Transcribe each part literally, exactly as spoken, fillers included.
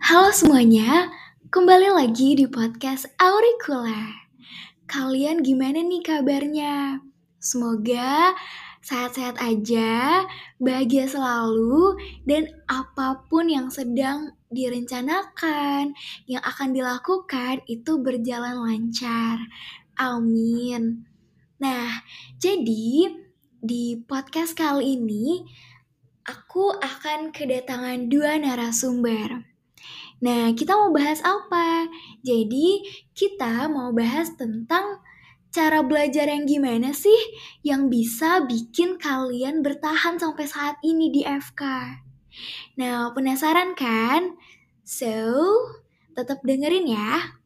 Halo semuanya, kembali lagi di podcast Auricula. Kalian gimana nih kabarnya? Semoga sehat-sehat aja, bahagia selalu, dan apapun yang sedang direncanakan, yang akan dilakukan itu berjalan lancar. Amin. Nah, jadi di podcast kali ini aku akan kedatangan dua narasumber. Nah, kita mau bahas apa? Jadi, kita mau bahas tentang cara belajar yang gimana sih yang bisa bikin kalian bertahan sampai saat ini di F K. Nah, penasaran kan? So, tetap dengerin ya.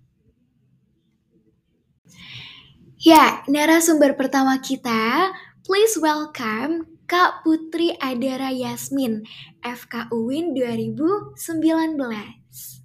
Ya, narasumber pertama kita, please welcome Kak Putri Adara Yasmin, F K U I N dua ribu sembilan belas.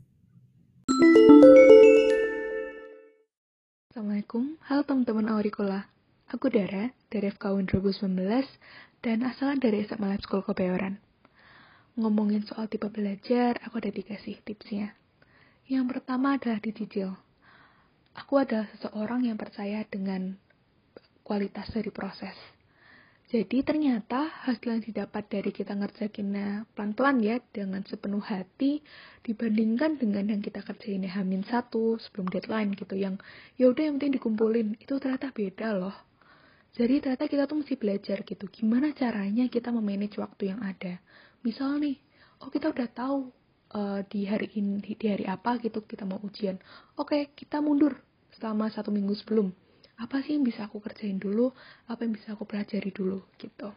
Assalamualaikum, halo teman-teman Auricula. Aku Dara, dari F K U I N dua ribu sembilan belas, dan asalnya dari S M A Lab School Kebayoran. Ngomongin soal tipe belajar, aku ada dikasih tipsnya. Yang pertama adalah dicicil. Aku adalah seseorang yang percaya dengan kualitas dari proses. Jadi ternyata hasil yang didapat dari kita ngerjainnya pelan-pelan ya, dengan sepenuh hati, dibandingkan dengan yang kita kerjainnya hamin satu sebelum deadline gitu, yang ya udah yang penting dikumpulin, itu ternyata beda loh. Jadi ternyata kita tuh mesti belajar gitu, gimana caranya kita memanage waktu yang ada. Misal nih, oh kita udah tahu uh, di hari ini, di, di hari apa gitu kita mau ujian. Oke, kita mundur selama satu minggu sebelum. Apa sih yang bisa aku kerjain dulu, apa yang bisa aku pelajari dulu, gitu.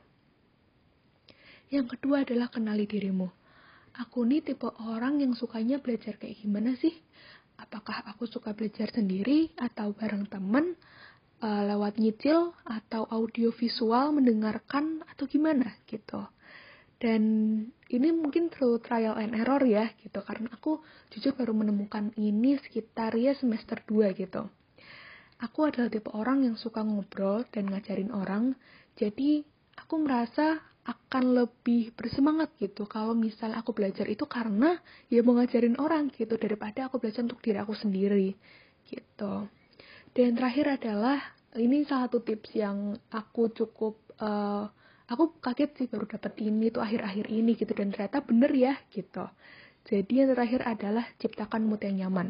Yang kedua adalah kenali dirimu. Aku nih tipe orang yang sukanya belajar kayak gimana sih? Apakah aku suka belajar sendiri, atau bareng temen, uh, lewat nyicil, atau audio visual, mendengarkan, atau gimana, gitu. Dan ini mungkin perlu trial and error ya, gitu. Karena aku jujur baru menemukan ini sekitar ya semester dua gitu. Aku adalah tipe orang yang suka ngobrol dan ngajarin orang, jadi aku merasa akan lebih bersemangat gitu kalau misalnya aku belajar itu karena ya mau ngajarin orang gitu, daripada aku belajar untuk diri aku sendiri gitu. Dan terakhir adalah, ini salah satu tips yang aku cukup, uh, aku kaget sih baru dapet ini tuh akhir-akhir ini gitu, dan ternyata bener ya gitu. Jadi yang terakhir adalah ciptakan mood yang nyaman.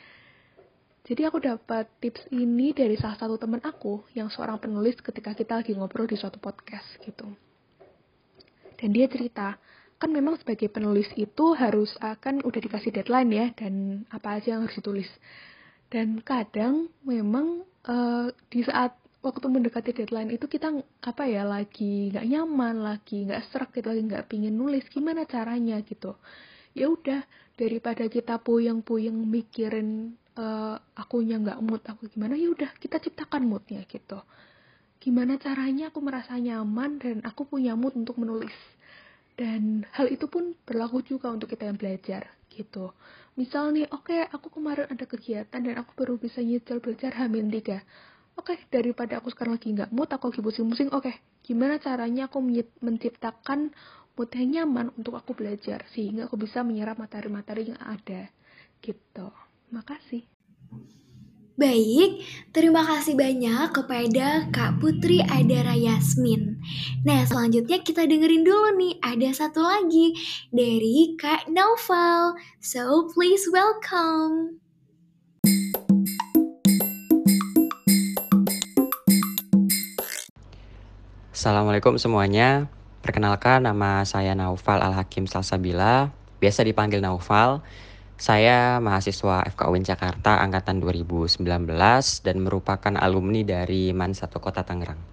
Jadi aku dapat tips ini dari salah satu teman aku yang seorang penulis ketika kita lagi ngobrol di suatu podcast gitu. Dan dia cerita, kan memang sebagai penulis itu harus akan udah dikasih deadline ya, dan apa aja yang harus ditulis. Dan kadang memang uh, di saat waktu mendekati deadline itu kita apa ya lagi nggak nyaman, lagi nggak serak gitu, lagi nggak pingin nulis, gimana caranya gitu. Ya udah, daripada kita puyeng-puyeng mikirin uh, akunya nggak mood, aku gimana, ya udah kita ciptakan moodnya gitu. Gimana caranya aku merasa nyaman dan aku punya mood untuk menulis. Dan hal itu pun berlaku juga untuk kita yang belajar gitu. Misal nih, oke okay, aku kemarin ada kegiatan dan aku baru bisa nyicil belajar hamin tiga. Oke, okay, daripada aku sekarang lagi nggak mood, aku lagi pusing-pusing, oke, okay, gimana caranya aku menciptakan mood yang nyaman untuk aku belajar, sehingga aku bisa menyerap materi-materi yang ada, gitu. Makasih. Baik, terima kasih banyak kepada Kak Putri Adara Yasmin. Nah, selanjutnya kita dengerin dulu nih, ada satu lagi dari Kak Naufal. So, please welcome. Assalamualaikum semuanya, perkenalkan nama saya Naufal Al-Hakim Salsabila, biasa dipanggil Naufal. Saya mahasiswa F K U I N Jakarta angkatan dua ribu sembilan belas dan merupakan alumni dari Man satu Kota Tangerang.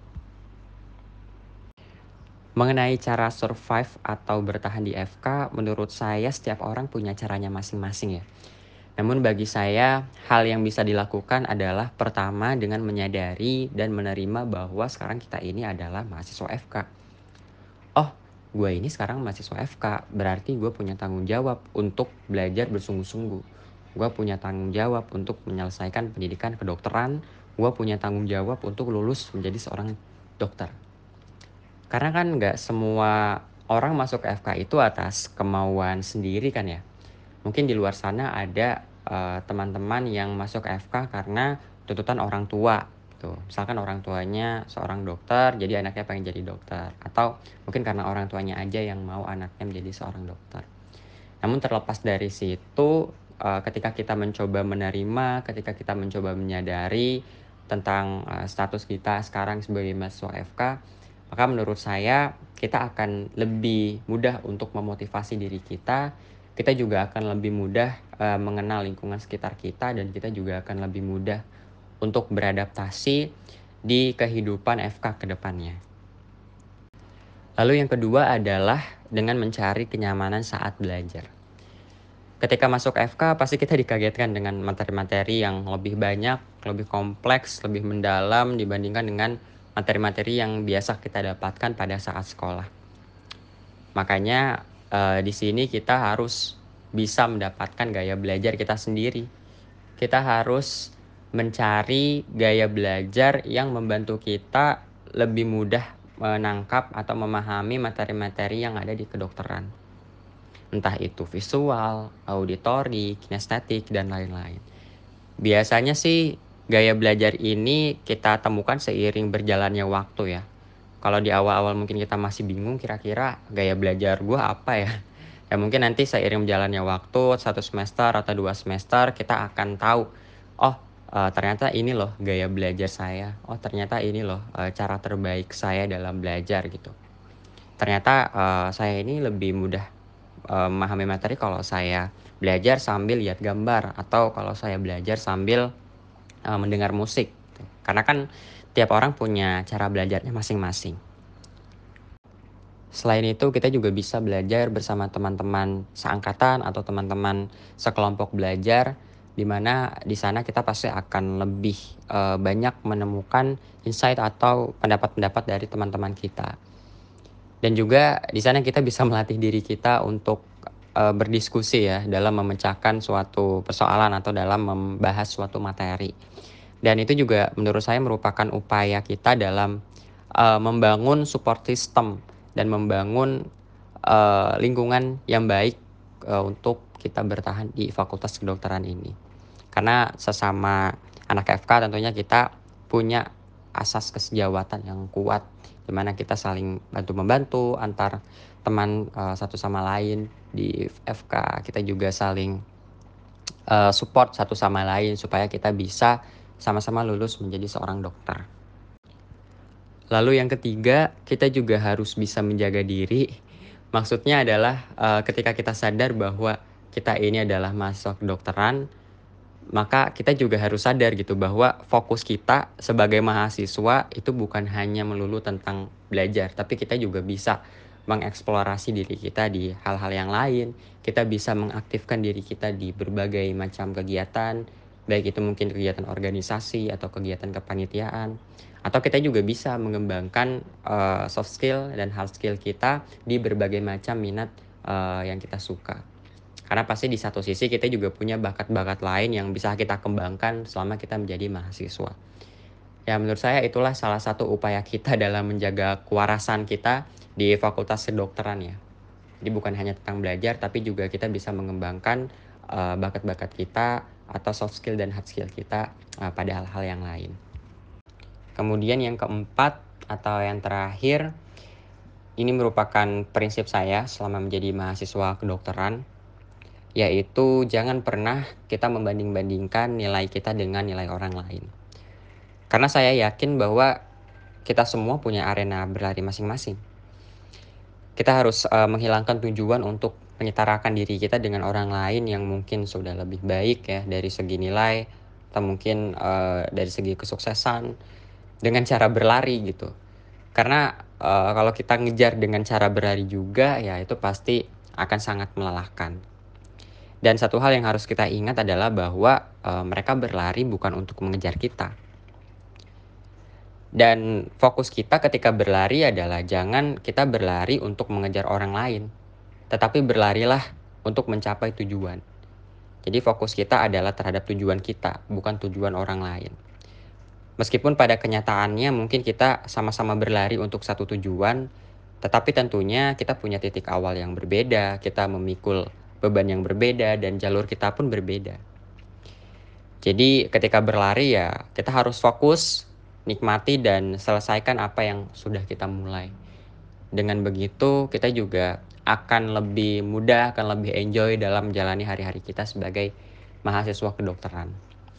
Mengenai cara survive atau bertahan di F K, menurut saya setiap orang punya caranya masing-masing ya. Namun bagi saya, hal yang bisa dilakukan adalah pertama dengan menyadari dan menerima bahwa sekarang kita ini adalah mahasiswa F K. Oh, gue ini sekarang mahasiswa F K, berarti gue punya tanggung jawab untuk belajar bersungguh-sungguh. Gue punya tanggung jawab untuk menyelesaikan pendidikan kedokteran. Gue punya tanggung jawab untuk lulus menjadi seorang dokter. Karena kan gak semua orang masuk ke F K itu atas kemauan sendiri kan ya. Mungkin di luar sana ada uh, teman-teman yang masuk F K karena tuntutan orang tua gitu. Misalkan orang tuanya seorang dokter, jadi anaknya pengen jadi dokter. Atau mungkin karena orang tuanya aja yang mau anaknya menjadi seorang dokter. Namun terlepas dari situ, uh, ketika kita mencoba menerima, ketika kita mencoba menyadari tentang uh, status kita sekarang sebagai mahasiswa F K, maka menurut saya kita akan lebih mudah untuk memotivasi diri kita. Kita juga akan lebih mudah uh, mengenal lingkungan sekitar kita, dan kita juga akan lebih mudah untuk beradaptasi di kehidupan F K ke depannya. Lalu yang kedua adalah dengan mencari kenyamanan saat belajar. Ketika masuk F K pasti kita dikagetkan dengan materi-materi yang lebih banyak, lebih kompleks, lebih mendalam dibandingkan dengan materi-materi yang biasa kita dapatkan pada saat sekolah. Makanya eh, di sini kita harus bisa mendapatkan gaya belajar kita sendiri. Kita harus mencari gaya belajar yang membantu kita lebih mudah menangkap atau memahami materi-materi yang ada di kedokteran. Entah itu visual, auditori, kinestetik, dan lain-lain. Biasanya sih gaya belajar ini kita temukan seiring berjalannya waktu ya. Kalau di awal-awal mungkin kita masih bingung kira-kira gaya belajar gue apa ya. Ya mungkin nanti seiring berjalannya waktu, satu semester atau dua semester kita akan tahu, oh uh, ternyata ini loh gaya belajar saya. Oh ternyata ini loh uh, cara terbaik saya dalam belajar gitu. Ternyata uh, saya ini lebih mudah uh, memahami materi kalau saya belajar sambil lihat gambar, atau kalau saya belajar sambil uh, mendengar musik. Karena kan tiap orang punya cara belajarnya masing-masing. Selain itu kita juga bisa belajar bersama teman-teman seangkatan atau teman-teman sekelompok belajar, di mana di sana kita pasti akan lebih uh, banyak menemukan insight atau pendapat-pendapat dari teman-teman kita. Dan juga di sana kita bisa melatih diri kita untuk uh, berdiskusi ya dalam memecahkan suatu persoalan atau dalam membahas suatu materi. Dan itu juga menurut saya merupakan upaya kita dalam uh, membangun support system dan membangun uh, lingkungan yang baik uh, untuk kita bertahan di Fakultas Kedokteran ini. Karena sesama anak F K tentunya kita punya asas kesejawatan yang kuat, di mana kita saling bantu-membantu antar teman uh, satu sama lain di F K. Kita juga saling uh, support satu sama lain supaya kita bisa sama-sama lulus menjadi seorang dokter. Lalu yang ketiga, kita juga harus bisa menjaga diri. Maksudnya adalah uh, ketika kita sadar bahwa kita ini adalah mahasiswa kedokteran, maka kita juga harus sadar gitu bahwa fokus kita sebagai mahasiswa itu bukan hanya melulu tentang belajar, tapi kita juga bisa mengeksplorasi diri kita di hal-hal yang lain. Kita bisa mengaktifkan diri kita di berbagai macam kegiatan, baik itu mungkin kegiatan organisasi atau kegiatan kepanitiaan. Atau kita juga bisa mengembangkan uh, soft skill dan hard skill kita di berbagai macam minat uh, yang kita suka. Karena pasti di satu sisi kita juga punya bakat-bakat lain yang bisa kita kembangkan selama kita menjadi mahasiswa. Ya menurut saya itulah salah satu upaya kita dalam menjaga kewarasan kita di Fakultas Kedokteran ya. Jadi bukan hanya tentang belajar, tapi juga kita bisa mengembangkan uh, bakat-bakat kita atau soft skill dan hard skill kita uh, pada hal-hal yang lain. Kemudian yang keempat atau yang terakhir, ini merupakan prinsip saya selama menjadi mahasiswa kedokteran, yaitu jangan pernah kita membanding-bandingkan nilai kita dengan nilai orang lain. Karena saya yakin bahwa kita semua punya arena berlari masing-masing. Kita harus uh, menghilangkan tujuan untuk menyetarakan diri kita dengan orang lain yang mungkin sudah lebih baik ya dari segi nilai, atau mungkin uh, dari segi kesuksesan dengan cara berlari gitu. Karena uh, kalau kita ngejar dengan cara berlari juga ya itu pasti akan sangat melelahkan. Dan satu hal yang harus kita ingat adalah bahwa uh, mereka berlari bukan untuk mengejar kita. Dan fokus kita ketika berlari adalah jangan kita berlari untuk mengejar orang lain, tetapi berlarilah untuk mencapai tujuan. Jadi fokus kita adalah terhadap tujuan kita, bukan tujuan orang lain. Meskipun pada kenyataannya mungkin kita sama-sama berlari untuk satu tujuan, tetapi tentunya kita punya titik awal yang berbeda, kita memikul beban yang berbeda, dan jalur kita pun berbeda. Jadi ketika berlari ya kita harus fokus, nikmati dan selesaikan apa yang sudah kita mulai. Dengan begitu kita juga akan lebih mudah, akan lebih enjoy dalam menjalani hari-hari kita sebagai mahasiswa kedokteran.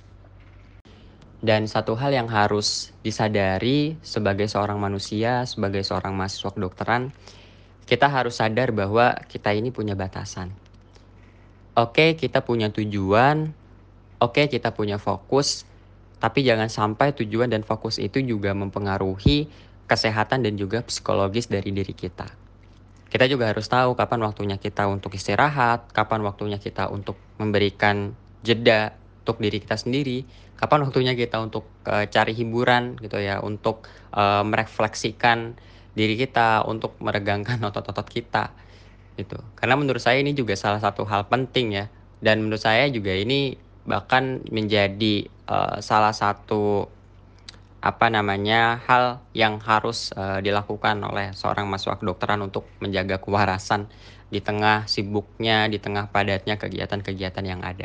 Dan satu hal yang harus disadari sebagai seorang manusia, sebagai seorang mahasiswa kedokteran, kita harus sadar bahwa kita ini punya batasan. Oke, kita punya tujuan, oke kita punya fokus, tapi jangan sampai tujuan dan fokus itu juga mempengaruhi kesehatan dan juga psikologis dari diri kita. Kita juga harus tahu kapan waktunya kita untuk istirahat, kapan waktunya kita untuk memberikan jeda untuk diri kita sendiri, kapan waktunya kita untuk uh, cari hiburan gitu ya, untuk uh, merefleksikan diri kita, untuk meregangkan otot-otot kita gitu. Karena menurut saya ini juga salah satu hal penting ya, dan menurut saya juga ini bahkan menjadi uh, salah satu apa namanya hal yang harus uh, dilakukan oleh seorang mahasiswa kedokteran untuk menjaga kewarasan di tengah sibuknya, di tengah padatnya kegiatan-kegiatan yang ada.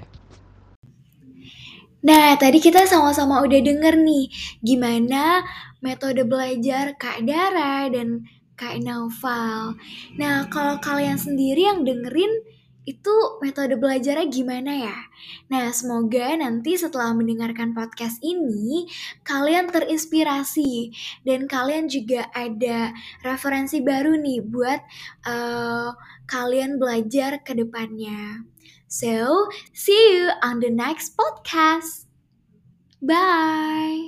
Nah, tadi kita sama-sama udah denger nih gimana metode belajar Kak Dara dan Kak Naufal. Nah, kalau kalian sendiri yang dengerin itu metode belajarnya gimana ya? Nah, semoga nanti setelah mendengarkan podcast ini kalian terinspirasi dan kalian juga ada referensi baru nih buat uh, kalian belajar ke depannya. So, see you on the next podcast. Bye.